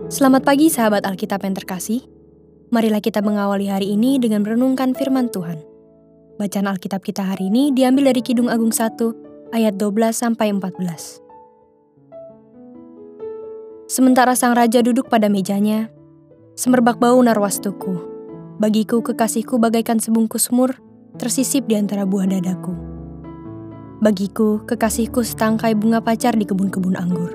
Selamat pagi sahabat Alkitab yang terkasih. Marilah kita mengawali hari ini dengan merenungkan firman Tuhan. Bacaan Alkitab kita hari ini diambil dari Kidung Agung 1 ayat 12-14. Sementara sang raja duduk pada mejanya, semerbak bau narwastuku. Bagiku kekasihku bagaikan sebungkus mur tersisip di antara buah dadaku. Bagiku kekasihku setangkai bunga pacar di kebun-kebun anggur.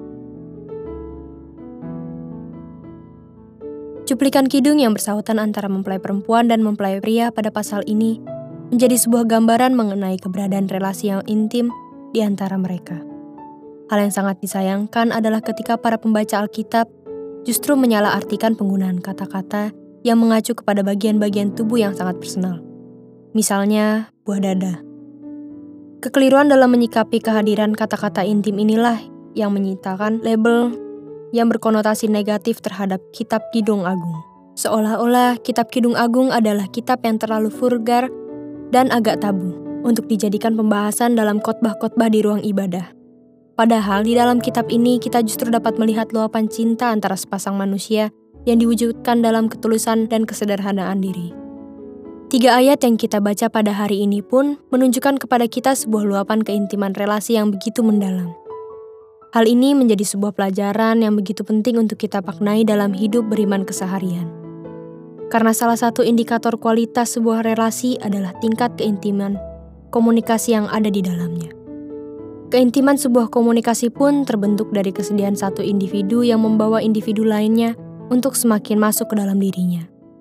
Cuplikan kidung yang bersautan antara mempelai perempuan dan mempelai pria pada pasal ini menjadi sebuah gambaran mengenai keberadaan relasi yang intim di antara mereka. Hal yang sangat disayangkan adalah ketika para pembaca Alkitab justru menyalahartikan penggunaan kata-kata yang mengacu kepada bagian-bagian tubuh yang sangat personal. Misalnya, buah dada. Kekeliruan dalam menyikapi kehadiran kata-kata intim inilah yang menyitakan label yang berkonotasi negatif terhadap Kitab Kidung Agung. Seolah-olah Kitab Kidung Agung adalah kitab yang terlalu vulgar dan agak tabu untuk dijadikan pembahasan dalam khotbah-khotbah di ruang ibadah. Padahal di dalam kitab ini kita justru dapat melihat luapan cinta antara sepasang manusia yang diwujudkan dalam ketulusan dan kesederhanaan diri. 3 ayat yang kita baca pada hari ini pun menunjukkan kepada kita sebuah luapan keintiman relasi yang begitu mendalam. Hal ini menjadi sebuah pelajaran yang begitu penting untuk kita maknai dalam hidup beriman keseharian. Karena salah satu indikator kualitas sebuah relasi adalah tingkat keintiman komunikasi yang ada di dalamnya. Keintiman sebuah komunikasi pun terbentuk dari kesediaan satu individu yang membawa individu lainnya untuk semakin masuk ke dalam dirinya.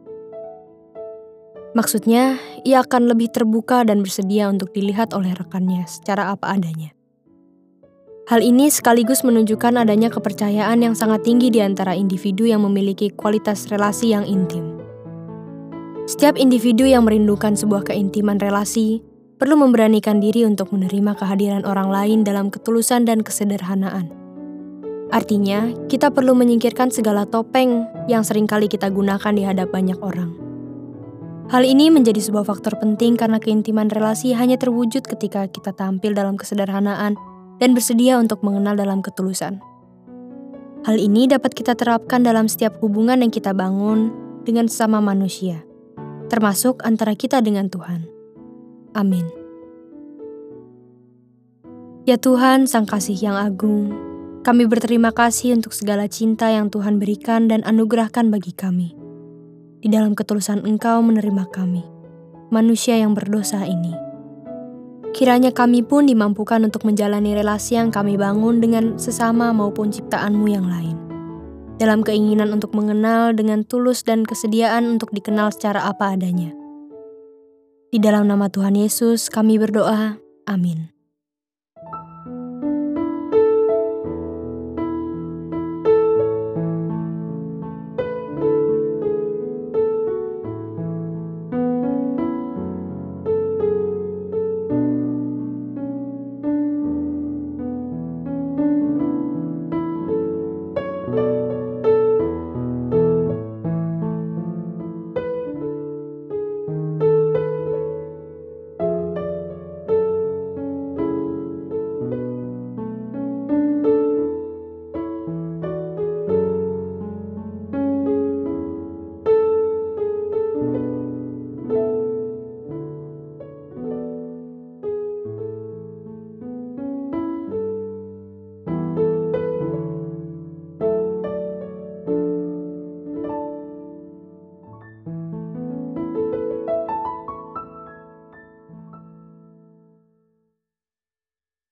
Maksudnya, ia akan lebih terbuka dan bersedia untuk dilihat oleh rekannya secara apa adanya. Hal ini sekaligus menunjukkan adanya kepercayaan yang sangat tinggi di antara individu yang memiliki kualitas relasi yang intim. Setiap individu yang merindukan sebuah keintiman relasi perlu memberanikan diri untuk menerima kehadiran orang lain dalam ketulusan dan kesederhanaan. Artinya, kita perlu menyingkirkan segala topeng yang seringkali kita gunakan di hadapan banyak orang. Hal ini menjadi sebuah faktor penting karena keintiman relasi hanya terwujud ketika kita tampil dalam kesederhanaan dan bersedia untuk mengenal dalam ketulusan. Hal ini dapat kita terapkan dalam setiap hubungan yang kita bangun dengan sesama manusia, termasuk antara kita dengan Tuhan. Amin. Ya Tuhan, Sang Kasih yang agung, kami berterima kasih untuk segala cinta yang Tuhan berikan dan anugerahkan bagi kami. Di dalam ketulusan Engkau menerima kami, manusia yang berdosa ini. Kiranya kami pun dimampukan untuk menjalani relasi yang kami bangun dengan sesama maupun ciptaan-Mu yang lain. Dalam keinginan untuk mengenal dengan tulus dan kesediaan untuk dikenal secara apa adanya. Di dalam nama Tuhan Yesus kami berdoa. Amin.